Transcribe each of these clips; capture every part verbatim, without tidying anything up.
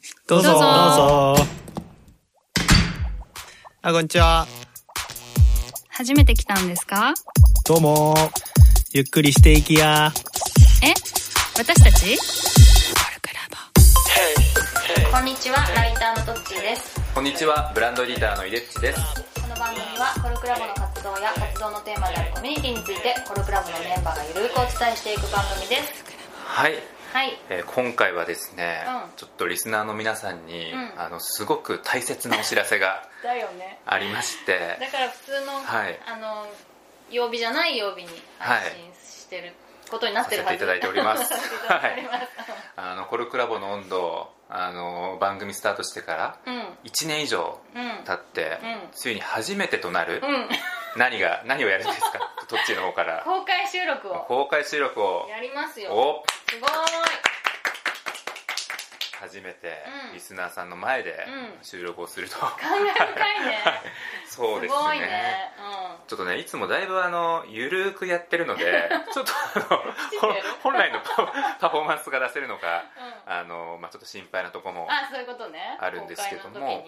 どうぞ。どうぞ。あ、こんにちは。 初めて来たんですか？ どうも。ゆっくりしていきや。 え？私たち？ こんにちは、ライターのトッチーです。 こんにちは、ブランドリーダーのイデッチです。 この番組はコルクラボの活動や活動のテーマであるコミュニティについてコルクラボのメンバーがゆるくお伝えしていく番組です。 はい、 はいえー、今回はですね、 うん、 ちょっとリスナーの皆さんに、 うん、 あのすごく大切なお知らせがだよねありましてだから普通の、 はい、 あの曜日じゃない曜日に配信してることになってるはず、 させていただいておりますはい、 あのコルクラボの温度、あの番組スタートしてからいちねん以上経って、うんうん、ついに初めてとなる、うん、何が何をやるんですかトッチーの方から公開収録を公開収録をやりますよ。 おすごーい。 初めてリスナーさんの前で収録をすると、うん、 感慨深いねそうですね、 すごいね、 うん、ちょっとねいつもだいぶあのゆるくやってるのでちょっとあの本来のパフォーマンスが出せるのか、うん、あのまあ、ちょっと心配なところもあるんですけども、はい、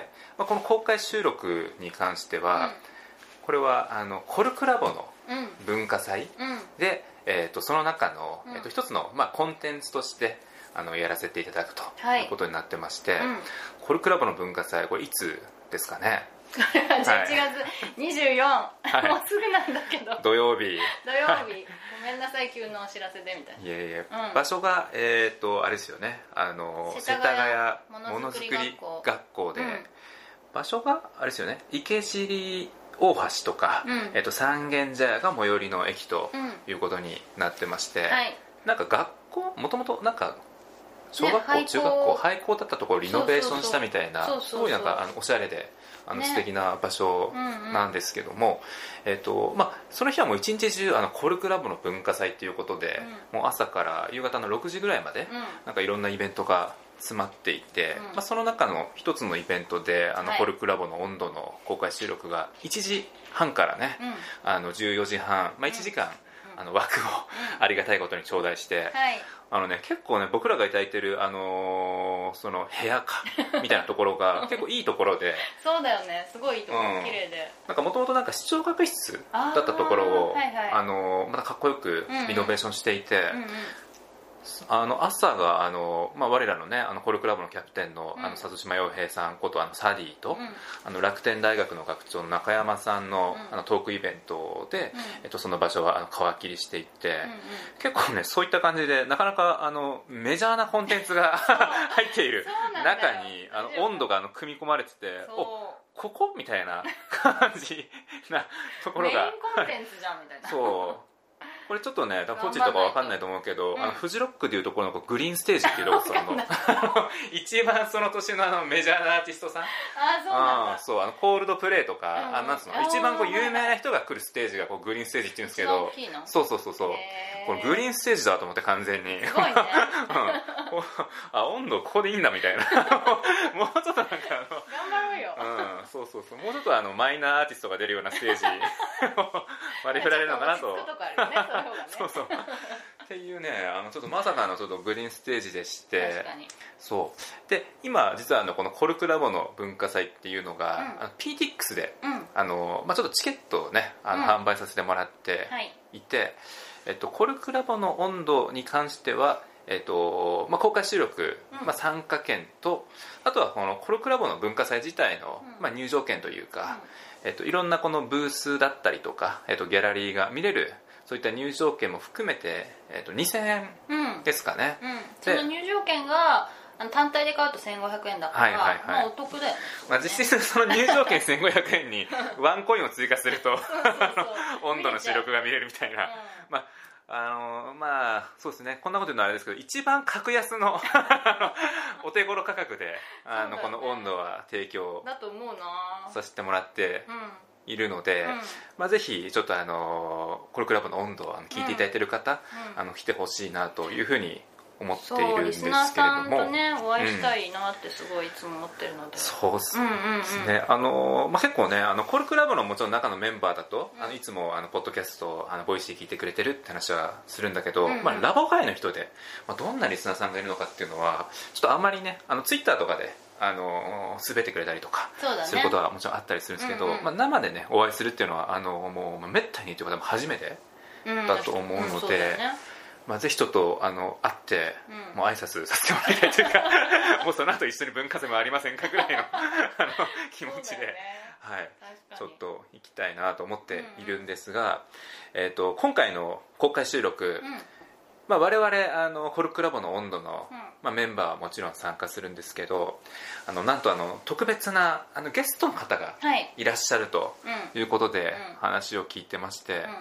まあ、この公開収録に関しては、うん、これはあのコルクラボの文化祭で、うん、えー、とその中の、えー、と一つの、まあ、コンテンツとしてあのやらせていただくということになってまして、はい、うん、コルクラボの文化祭これいつですかね？ じゅういちがつにじゅうよっか、はい、もうすぐなんだけど土曜日土曜日ごめんなさい急のお知らせでみたいな。 いやいや、うん、場所がえっ、ー、とあれですよね、あの世田谷ものづくり学校で、うん、場所があれですよね、池尻大橋とか、うん、えー、と三軒茶屋が最寄りの駅ということになってまして、うん、はい、なんか学校もともとなんか小学校、ね、中学校廃校だったところをリノベーションしたみたいな、すごいなんかあのおしゃれであの、ね、素敵な場所なんですけども、うんうん、えーとまあ、その日はもう一日中あのコルクラボの文化祭ということで、うん、もう朝から夕方のろくじぐらいまで、うん、なんかいろんなイベントが詰まっていて、うん、まあ、その中の一つのイベントであの、はい、コルクラボの温度の公開収録がいちじはんからね、うん、あのじゅうよじはん、まあ、いちじかん、うん、あの枠をありがたいことに頂戴して、はい、あのね、結構ね僕らがいただいてる、あのー、その部屋かみたいなところが結構いいところでそうだよね、すごいいいところ、うん、綺麗で、 なんかもともとなんか視聴覚室だったところを、はいはい、あのー、またかっこよくリノベーションしていて、うんうんうんうん、あの朝があの、まあ、我らのねあのコルクラボのキャプテンの、うん、あの里島洋平さんことあのサディと、うん、あの楽天大学の学長の中山さんの、うん、あのトークイベントで、うん、えっと、その場所はあの皮切りしていって、うんうん、結構ねそういった感じでなかなかあのメジャーなコンテンツが入っている中にあの温度があの組み込まれてて、おここみたいな感じなところがメインコンテンツじゃんみたいなそうこれちょっとね、ポチとかわかんないと思うけど、うん、あのフジロックでいうところのグリーンステージっていうところの一番その年のあのメジャーなアーティストさん、 あ、そうなんだ、 あ、そう、あのコールドプレイとか、うん、あなんつうの一番こう有名な人が来るステージがこうグリーンステージっていうんですけど、そうそうそうそう、このグリーンステージだと思って完全にすごいね、うん、 あ、温度ここでいいんだみたいなもうちょっとなんかあの頑張ろうよ、 うん、そうそうそう、もうちょっとあのマイナーアーティストが出るようなステージ割り振られるのかなとそうそうっていうね、あのちょっとまさかのちょっとグリーンステージでして、 確かにそうで今実はあのこのコルクラボの文化祭っていうのが、うん、あの ピーティックス で、うん、あのまあ、ちょっとチケットをねあの、うん、販売させてもらっていて、はい、えっと、コルクラボの温度に関してはえーとまあ、公開収録、うん、まあ、参加券とあとはこのコルクラボの文化祭自体の、うん、まあ、入場券というか、うん、えーといろんなこのブースだったりとか、えーとギャラリーが見れるそういった入場券も含めて、えーとにせんえんですかね、 うんうん、その入場券があの単体で買うとせんごひゃくえんだから、はいはいはい、まあ、お得だよね、 まあ、実質その入場券せんごひゃくえんにワンコインを追加すると温度の視力が見れるみたいな、うん、まああのまあそうですね、こんなこと言うのはあれですけど一番格安のお手頃価格であの、ね、この温度は提供だと思うなさせてもらっているので、うん、まあ、ぜひちょっとあのコルクラボの温度を聞いていただいている方、うん、あの来てほしいなというふうに思っているんですけれども、 そうリスナーさんとねお会いしたいなってすごいいつも思ってるので、うん、 そうですね、うんうんうん、あのまあ、結構ねあのコルクラボのもちろん中のメンバーだと、うん、あのいつもあのポッドキャストあのボイシー聞いてくれてるって話はするんだけど、うんうん、まあ、ラボ界の人で、まあ、どんなリスナーさんがいるのかっていうのはちょっとあんまりねあのツイッターとかであの滑ってくれたりとかすることはもちろんあったりするんですけど、うんうん、まあ、生でねお会いするっていうのはあのもうめったにというか初めてだと思うので、うんうん、そうだよね、まあ、ぜひちょっとあの会って、うん、もう挨拶させてもらいたいというかもうその後一緒に文化祭もありませんかぐらいのあの気持ちで、ね、はい、ちょっと行きたいなと思っているんですが、うんうん、えーと、今回の公開収録、うん、まあ、我々あのコルクラボの温度の、うん、まあ、メンバーはもちろん参加するんですけど、あのなんとあの特別なあのゲストの方がいらっしゃるということで話を聞いてまして、うんうん、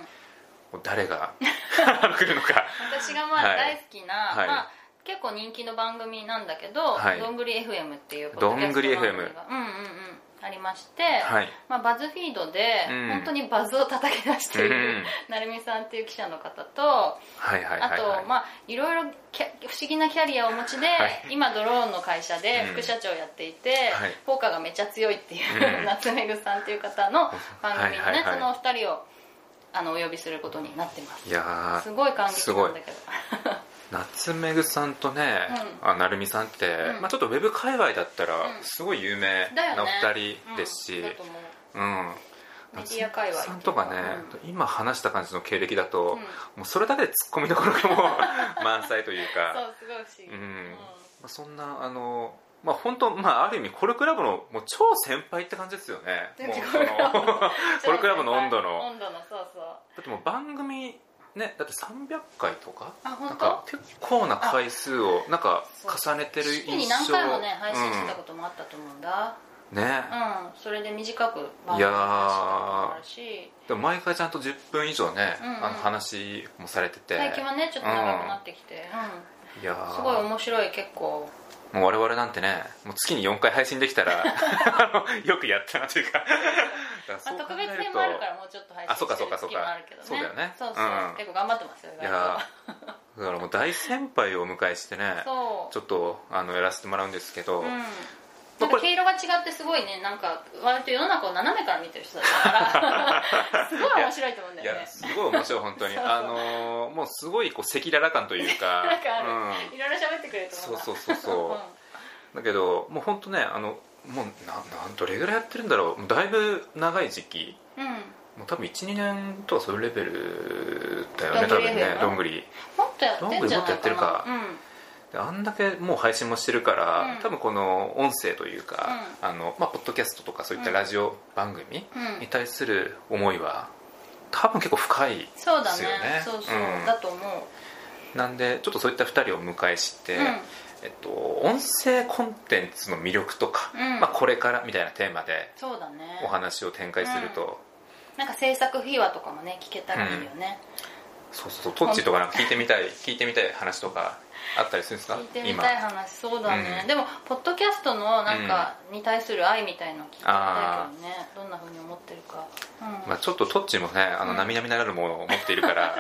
誰が来るのか私がまあ大好きな、はい、まあ、結構人気の番組なんだけど、はい、どんぐり エフエム っていうポッドキャスト番組が、うんうんうん、ありまして、はい、まあ、バズフィードで本当にバズを叩き出している、うん、成美さんっていう記者の方と、はいはいはいはい、あと、まあ、いろいろ不思議なキャリアをお持ちで、はい、今ドローンの会社で副社長をやっていて、うん、効果がめっちゃ強いっていう、うん、夏目ぐさんっていう方の番組のね、はいはいはい、そのお二人をあのお呼びすることになってます。いやすごい感激なんだけど夏目ぐさんとね、うん、あ成美さんって、うん、まあ、ちょっとウェブ界隈だったらすごい有名なお二人ですし、うん、うん、 メディア界隈さんとかね、うん、今話した感じの経歴だと、うん、もうそれだけでツッコミどころがもう満載というかそうすごい不思議、 うん、まあ、そんなあのまあ、本当、まあ、ある意味コルクラボのもう超先輩って感じですよね。もうそのコルクラボの温度の温度のそうそうだってもう番組ね、だってさんびゃっかいとかなんか結構な回数をなんか重ねてる印象。 月に何回もね配信してたこともあったと思うんだ、うん、ね、うん、それで短く番組の話とかもあるし、 でも毎回ちゃんとじゅっぷん以上ね、うんうん、あの話もされてて、 最近はねちょっと長くなってきて、うん、いやすごい面白い。結構もう我々なんてねもう月によんかい配信できたらよくやったなというかまあ、特別編もあるからもうちょっと配信してる月もあるけどね。 そうだよね。 そうそう、うん、結構頑張ってますよ。いやだからもう大先輩をお迎えしてねちょっとあのやらせてもらうんですけど、うん、 なんか毛色が違ってすごいね、なんか割と世の中を斜めから見てる人だからすごい面白いと思うんだよね。いやすごい面白い本当にそうそう、あのー、もうすごいこう赤裸々感というかなんかある、うん、いろいろ喋ってくれると思う。 そうそうそうそう、うん、だけどもう本当ねあのもうななんどれぐらいやってるんだろう。だいぶ長い時期、うん、もう多分 いちにねんとかそういうレベルだよね多分ね。どんぐりもっとやってんじゃないかな。どんぐりもっとやってるか、うん、 であんだけもう配信もしてるから、うん、多分この音声というか、うん、あのまあ、ポッドキャストとかそういったラジオ番組に対する思いは多分結構深いですよね。 そうだね、そうそう、うん、だと思う。なんでちょっとそういったふたりをお迎えして、うん、えっと、音声コンテンツの魅力とか、うん、まあ、これからみたいなテーマでお話を展開すると、 うん、なんか制作秘話とかもね聞けたらいいよね、 うん、そうそう、トッチーとかなんか聞いてみたい聞いてみたい話とかあったりするんですか？ 聞いてみたい話、そうだね、うん、でもポッドキャストのなんかに対する愛みたいの聞いてみたいけどね、どんな風に思ってるか、うん、 まあ、ちょっとトッチーもねあの並々ならぬものを持っているから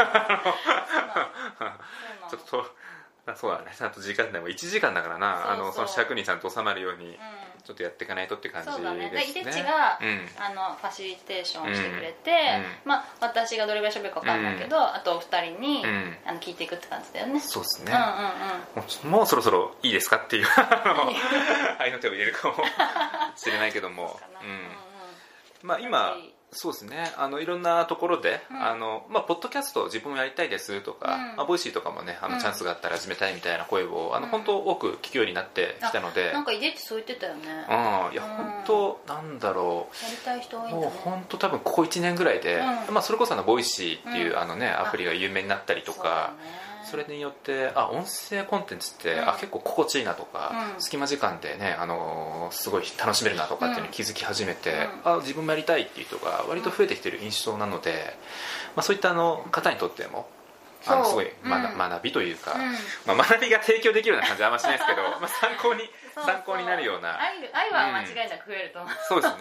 ちょっとそうだね、ちゃんと時間でもいちじかんだからな、そうそう、あのその尺にちゃんと収まるように、うん、ちょっとやっていかないとって感じですね。そうだね。で、 井手地が、うん、あのファシリテーションしてくれて、うん、まあ、私がどれぐらい喋るか分かんないけど、うん、あとお二人に、うん、あの聞いていくって感じだよね。 そうですね、うんうんうん、もう、もうそろそろいいですかっていう愛の手を入れるかもしれないけども、うんうんうん、まあ今そうですね、あのいろんなところで、うん、あのまあ、ポッドキャスト自分もやりたいですとか、うん、まあ、ボイシーとかもねあの、うん、チャンスがあったら始めたいみたいな声をあの、うん、本当多く聞くようになってきたので、 なんか井出ってそう言ってたよね。 うん、いや、うん、本当なんだろう、やりたい人多いんだね。 もう本当多分ここいちねんぐらいで、うん、まあ、それこそあのボイシーっていう、うん、あのね、アプリが有名になったりとか、それによってあ音声コンテンツって、うん、あ結構心地いいなとか、うん、隙間時間でね、あのー、すごい楽しめるなとかっていうのに気づき始めて、うん、あ自分もやりたいっていう人が割と増えてきてる印象なので、まあ、そういったあの方にとってもあのすごい、うん、学びというか、うんまあ、学びが提供できるような感じはあんましないですけどまあ参考に参考になるような愛、愛は間違いなく増えると思う、 うん、そうですね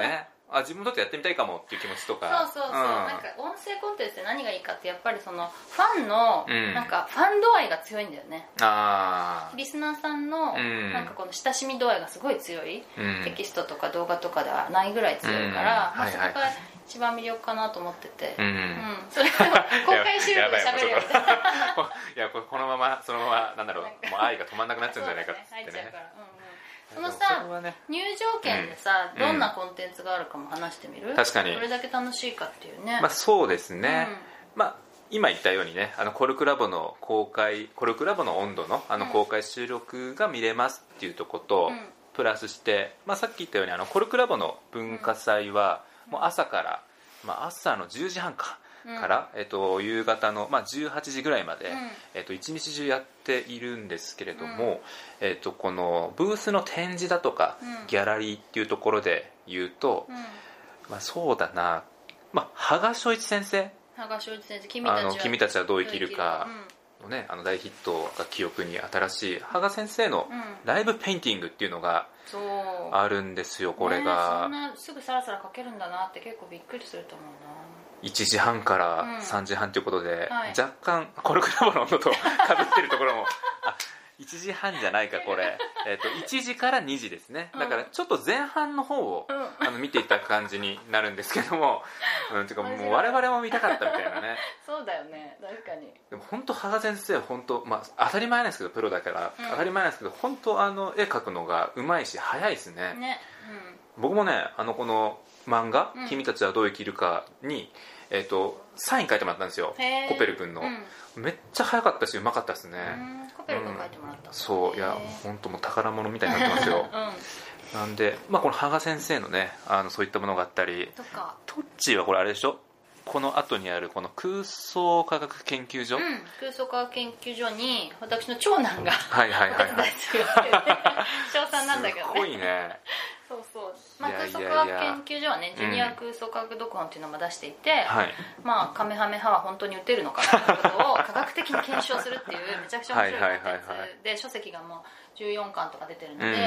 あ自分にとってやってみたいかもっていう気持ちとか、 そうそうそう、うん、なんか音声コンテンツって何がいいかってやっぱりそのファンの、うん、なんかファン度合いが強いんだよね。あリスナーさんの、うん、なんかこの親しみ度合いがすごい強い、うん、テキストとか動画とかではないぐらい強いから、うんまあ、そこが一番魅力かなと思ってて、うんうん、それを公開収録で喋るよみたいな。 いやこのままそのままなんだろうもう愛が止まんなくなっちゃうんじゃないかってね。 そのさ、ね、入場券でさ、うん、どんなコンテンツがあるかも話してみる？ 確かにどれだけ楽しいかっていうね。 まあ、そうですね、うん、まあ今言ったようにねあのコルクラボの公開コルクラボの温度のあの公開収録が見れますっていうとこと、うん、プラスして、まあ、さっき言ったようにあのコルクラボの文化祭はもう朝から、まあ、朝のじゅうじはんかから、うんえっと、夕方の、まあ、じゅうはちじぐらいまで、うんえっと、一日中やっているんですけれども、うんえっと、このブースの展示だとか、うん、ギャラリーっていうところで言うと、うんまあ、そうだな、まあ、羽賀翔一先生羽賀翔一先生君たちはあの君たちはどう生きるかの、ね、あの大ヒットが記憶に新しい羽賀先生のライブペインティングっていうのがあるんですよ、これが、 ね、そんなすぐさらさら描けるんだなって結構びっくりすると思うな。 いちじはんからさんじはんということで、うんはい、若干コルクラボの温度と被ってるところもあいちじはんじゃないかこれ、えー、といちじからにじですね。だからちょっと前半の方を、うん、あの見ていただく感じになるんですけども、うん、てかもう我々も見たかったみたいなね。 そうだよね確かに。 でも本当羽賀先生は本当、まあ、当たり前なんですけどプロだから、うん、当たり前なんですけど本当あの絵描くのがうまいし早いですね。ね、うん、僕もねあのこの漫画、うん、君たちはどう生きるかに、えー、とサイン書いてもらったんですよコペル君の、うん、めっちゃ早かったしうまかったですね。 コペル君書いてもらった、うん、 そういや本当もう宝物みたいになってますよ、うん、なんで、まあ、この羽賀先生のねあのそういったものがあったり、 とかトッチーはこれあれでしょ、この後にあるこの空想科学研究所、うん、 空想科学研究所に私の長男がはいはいはい、はい、 お手伝いするよって小さんなんだけどねすごいねそうそう、まあ、空想科学研究所はねジュニア空想科学読本っていうのも出していて、うんまあ、カメハメハは本当に打てるのかっていうことを科学的に検証するっていうめちゃくちゃ面白いコンテンツで書籍がもうじゅうよんかんとか出てるので、うん、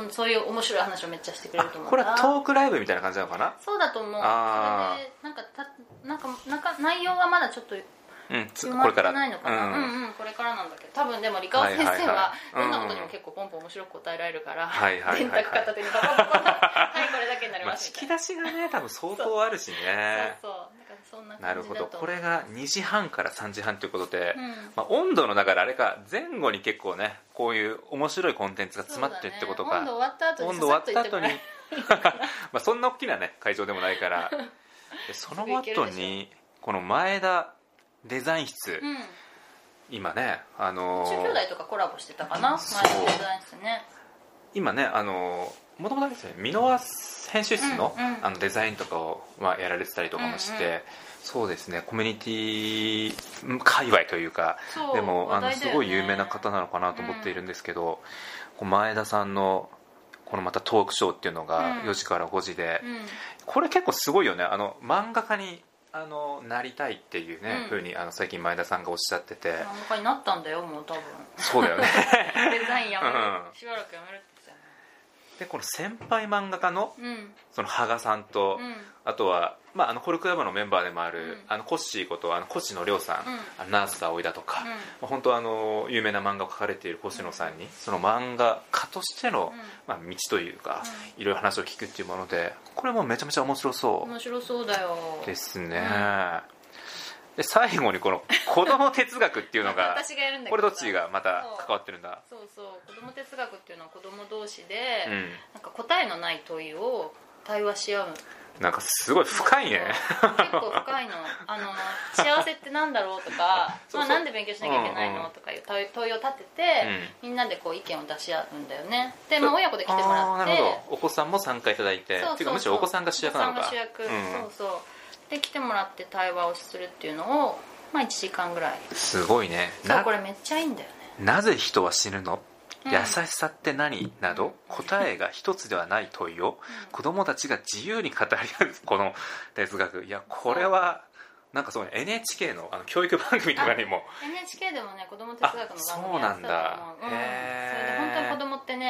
そ, そういう面白い話をめっちゃしてくれると思う。 これはトークライブみたいな感じなのかな。 そうだと思う。 あそれでなんかたなんかなんか内容はまだちょっとうん、 決まってないのかな、うんうんうん、これからなんだけど多分でもリカオ先生はどんなことにも結構ポンポン面白く答えられるから電卓片手にババババはいこれだけになりますみたいな、まあ、引き出しがね多分相当あるしねそうそうなんかそんな感じだとなるほど。これがにじはんからさんじはんということで、うんまあ、温度のだからあれか前後に結構ねこういう面白いコンテンツが詰まってるってことか、 ね、温度終わった後にささっと言ってもらえまあそんな大きなね会場でもないからでその後にこの前田デザイン室、うん、今ねあのー、 中兄弟とかコラボしてたかな前のデザイン室ね。 今ねあのー、もともとですね箕輪編集室の、うんうん、あのデザインとかを、まあ、やられてたりとかもして、うんうん、そうですねコミュニティ界隈というかでもあのすごい有名な方なのかなと思っているんですけど、うん、前田さんのこのまたトークショーっていうのがよじからごじで、うんうん、これ結構すごいよね。あの漫画家にあのなりたいっていうね、うん、風にあの最近前田さんがおっしゃってて漫画家になったんだよもう多分そうだよねデザインやめる、うん、しばらくやめるって言ってたよね。 でこの先輩漫画家の、うん、その羽賀さんと、 うん、 あとは、まあ、あのコルクラボのメンバーでもある、うん、あのコッシーことあの越野亮さん、うん、あのナース葵だとか、うんまあ、本当あの有名な漫画を描かれている越野さんに、うん、その漫画家としての、うんまあ、道というか、うん、いろいろ話を聞くっていうものでこれもめちゃめちゃ面白そう面白そうだよですね、うんで最後にこの子供哲学っていうのが私がやるんだけどこれどっちがまた関わってるんだ。 そうそうそう子供哲学っていうのは子供同士で、うん、なんか答えのない問いを対話し合う。 なんかすごい深いね。 結構深いの。あの幸せってなんだろうとかまあ、なんで勉強しなきゃいけないの、うんうん、とかいう問いを立てて、うん、みんなでこう意見を出し合うんだよね。で、まあ、親子で来てもらってなるほどお子さんも参加いただいてそうそうそうっていうかむしろお子さんが主役なのか。 お子さんが主役、うん、そうそうで来てもらって対話をするっていうのを、まあ、いちじかんぐらい。 すごいね。 そうこれめっちゃいいんだよね。 なぜ人は死ぬの、うん、優しさって何など答えが一つではない問いを、うん、子供たちが自由に語り合うこの哲学。いやこれはなんかそうね エヌエイチケー の, あの教育番組とかにもエヌエイチケー でもね子供哲学の番組やってたと思う。そうなんだ、うん、それで本当に子供ってね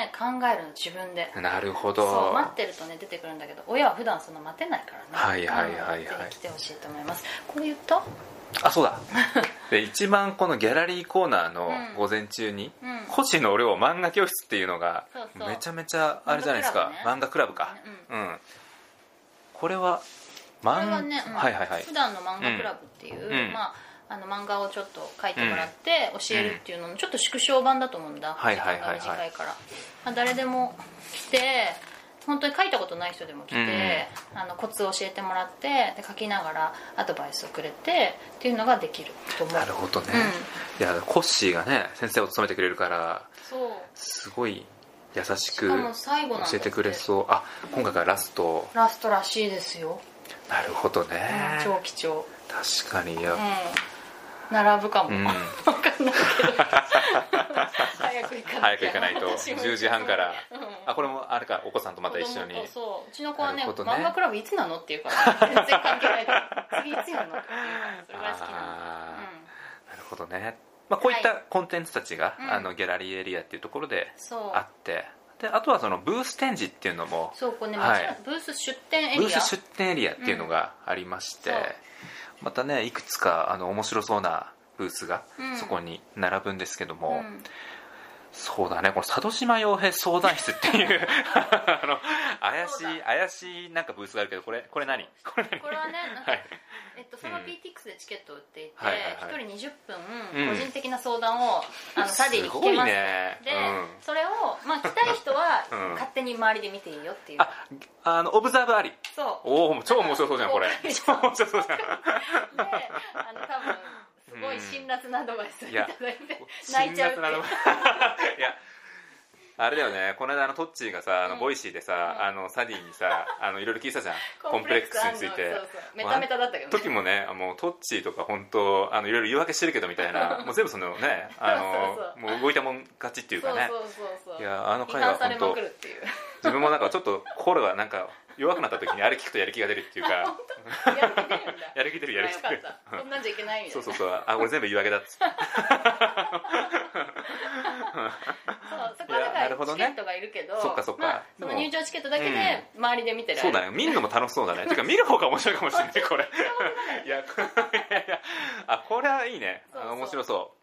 ね考えるの自分で。 なるほど。 そう待ってるとね出てくるんだけど、親は普段そんな待てないからね。 はいはいはいはい、 ぜひ来てほしいと思います。これ言った？ あ、そうだで一番このギャラリーコーナーの午前中に、うん、星野亮漫画教室っていうのがめちゃめちゃあれじゃないですか、漫画クラブか、うん、うん、これはこれはね、うん、 はいはいはい、 普段の漫画クラブっていう、うん、まああの漫画をちょっと書いてもらって教えるっていうののちょっと縮小版だと思うんだ、 はいはいはいはい、 時間が短いから、まあ、誰でも来て本当に書いたことない人でも来て、うん、あのコツを教えてもらってで書きながらアドバイスをくれてっていうのができると思う。 なるほどね、うん、いやコッシーがね先生を務めてくれるからそうすごい優しく教えてくれそう。あ、今回がラストラストらしいですよ。 なるほどね、 うん、超貴重。 確かに。いや、うん、 並ぶかも、うん、分かんないけど早く行かないと行かないとじゅうじはんから、うん、あ、これもあれか、お子さんとまた一緒に。 そう、うちの子は ね, ね漫画クラブいつなのって言うから全然関係ないから次いつやるのって言うからそれぐらい好きなの。 なるほどね、まあ、こういったコンテンツたちが、はい、あのギャラリーエリアっていうところであって、であとはそのブース展示っていうのも、 そうこれね、はい、ブース出展エリアブース出展エリアっていうのがありまして、うん、またねいくつかあの面白そうなブースがそこに並ぶんですけども、うんうん、そうだね、この佐渡島傭兵相談室っていうあの怪しい怪しいなんかブースがあるけど、これこれ何これ何これはねなんか、はい、えっと、その ピーティーエックス でチケットを売っていて、はいはいはい、ひとりにじゅっぷん個人的な相談を、うん、あのサディに聞けます。 ね、 で、うん、それを、まあ、来たい人は勝手に周りで見ていいよっていう、 ああのオブザーブあり。 そう、 おお、超面白そうじゃんこれ。超面白そうじゃん。で、 あの多分すごい辛辣なアドバイスをいただいて泣いちゃうっていう。いやあれだよね、この間あのトッチーがさ、あのボイシーでさ、うん、あのサディにさ、あのいろいろ聞いてたじゃんコンプレックスについて。 そうそう、メタメタだったけどね。 時もね、もうトッチーとか本当あのいろいろ言い訳してるけどみたいな、もう全部そのね、あのそうそうそう、もう動いたもん勝ちっていうかね。 そうそうそうそう。 いやあの回は本当自分もなんかちょっと心がなんか弱くなった時にあれ聞くとやる気が出るっていうかやる気出るんだ。 やる気出るやる気出る。 そんなんじゃいけないみたいな。 そうそうそう、あ、これ全部言い訳だっつって。 そう、そこはだからチケットがいるけど、 そっかそっか、まあ、 その入場チケットだけで周りで見てる、 うん、そうだね、見るのも楽しそうだね。てか見る方が面白いかもしれないこれ。いやいやいや、あ、これはいいね。そうそう、あの面白そう。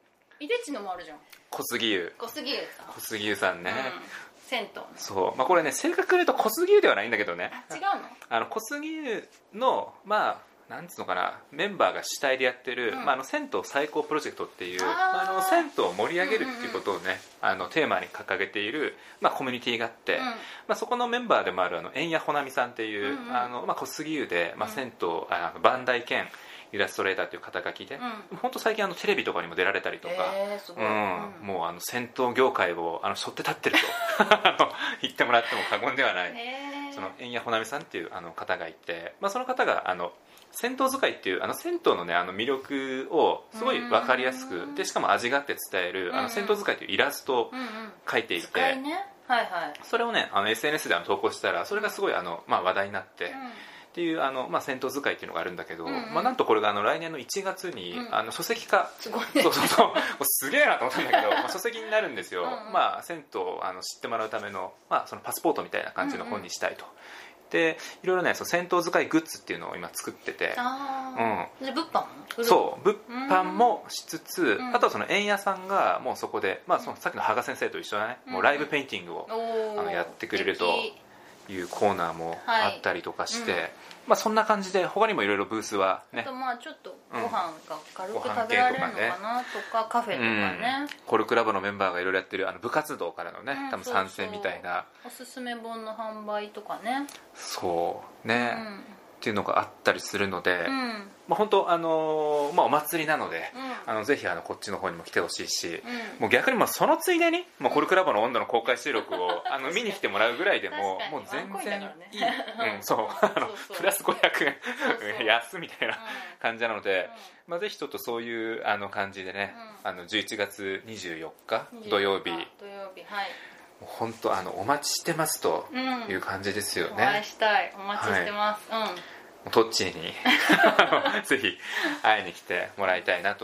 井手地のもあるじゃん。 小杉湯。 小杉湯さん。 小杉湯さんね。 うん、銭湯。 そう、まあこれね、正確に言うと小杉湯ではないんだけどね。 違うの？ あの小杉湯のまあ。なんつうのかな、メンバーが主体でやってる、うん、まあ、あの銭湯最高プロジェクトっていう、ああの銭湯を盛り上げるっていうことをね、うんうんうん、あのテーマに掲げている、まあ、コミュニティがあって、うん、まあ、そこのメンバーでもあるあの円谷ほなみさんっていう、うんうん、あのまあ、小杉湯で、まあ、銭湯、うん、あのバンダイ兼イラストレーターという肩書きで、うん、本当最近あのテレビとかにも出られたりとか、 えーすごい、 うんうん、もうあの銭湯業界をあの背負って立ってると言ってもらっても過言ではない、えー、その円谷ほなみさんっていうあの方がいて、まあ、その方があの銭湯使いっていうあの銭湯のねあの魅力をすごい分かりやすくでしかも味があって伝えるあの銭湯使いというイラストを描いていて、 うんうんね、はいはい、 それをねあの エスエヌエス であの投稿したらそれがすごいあの、まあ、話題になって、うん、っていうあの、まあ、銭湯使いっていうのがあるんだけど、うんうん、まあ、なんとこれがあの来年のいちがつに、うん、あの書籍化、 すごいね、 そうそうそうすげえなと思ったんだけど、まあ、書籍になるんですよ、うんうん、まあ、銭湯をあの知ってもらうための、まあ、そのパスポートみたいな感じの本にしたいと、うんうん、でいろいろねその銭湯使いグッズっていうのを今作ってて、 あ、うん、じゃあ物販もそう物販もしつつ、うん、あとはその円屋さんがもうそこで、まあ、そのさっきの羽賀先生と一緒だね、うん、もうライブペインティングを、うん、あのやってくれるというコーナーもあったりとかして、はい、うん、まあ、そんな感じで他にもいろいろブースはね、 あとまあちょっとご飯が軽く食べられるのかなとか、うん、カフェとかね、 うん、コルクラボのメンバーがいろいろやってるあの部活動からのね、うん、多分参戦みたいな、 そうそう、おすすめ本の販売とかね、 そうね、うん、っていうのがあったりするので、 うん、 まあ、本当、あのーまあ、お祭りなので、 うん、 あのぜひあのこっちの方にも来てほしいし、うん、もう逆にもうそのついでにもうコルクラボの温度の公開収録をあの見に来てもらうぐらいでももう全然いい、うん、そうあのプラスごひゃくえん安みたいな感じなので、うん、まあ、ぜひちょっとそういうあの感じでね、うん、あのじゅういちがつにじゅうよっか土曜日、 土曜日、はい、 本当あのお待ちしてますという感じですよね、うん、お会いしたい、お待ちしてます、はい、うん、 トッチーにぜひ会いに来てもらいたいなと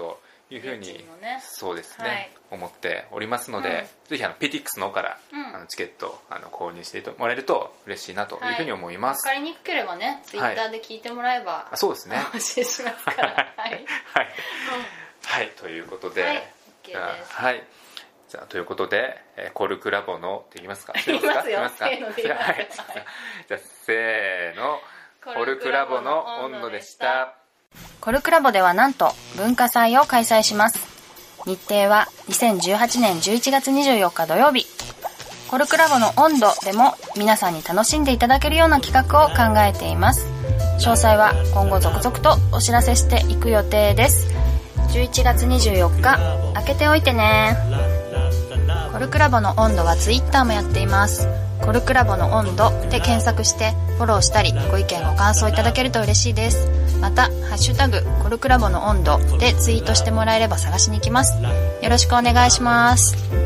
いうふうに、 ね、 そうですね、はい、思っておりますので、うん、ぜひあの ピーティックス の方から、うん、あのチケットあの購入してもらえると嬉しいなというふうに思います。 はい、分かりにくければねツイッターで聞いてもらえば、はい、 そうですねお教えしますからはい、はいはい、ということで、 はい、OK です。 はい、じゃあということで、えー、コルクラボのって言いますか？ 言いますよ。 せーので言いますか？はい、じゃあせーの、コルクラボの温度でした。 コルクラボではなんと文化祭を開催します。日程はにせんじゅうはちねんじゅういちがつにじゅうよっか土曜日。コルクラボの温度でも皆さんに楽しんでいただけるような企画を考えています。詳細は今後続々とお知らせしていく予定です。じゅういちがつにじゅうよっか開けておいてね。コルクラボの温度はツイッターもやっています。コルクラボの温度で検索してフォローしたりご意見ご感想いただけると嬉しいです。またハッシュタグコルクラボの温度でツイートしてもらえれば探しに行きます。よろしくお願いします。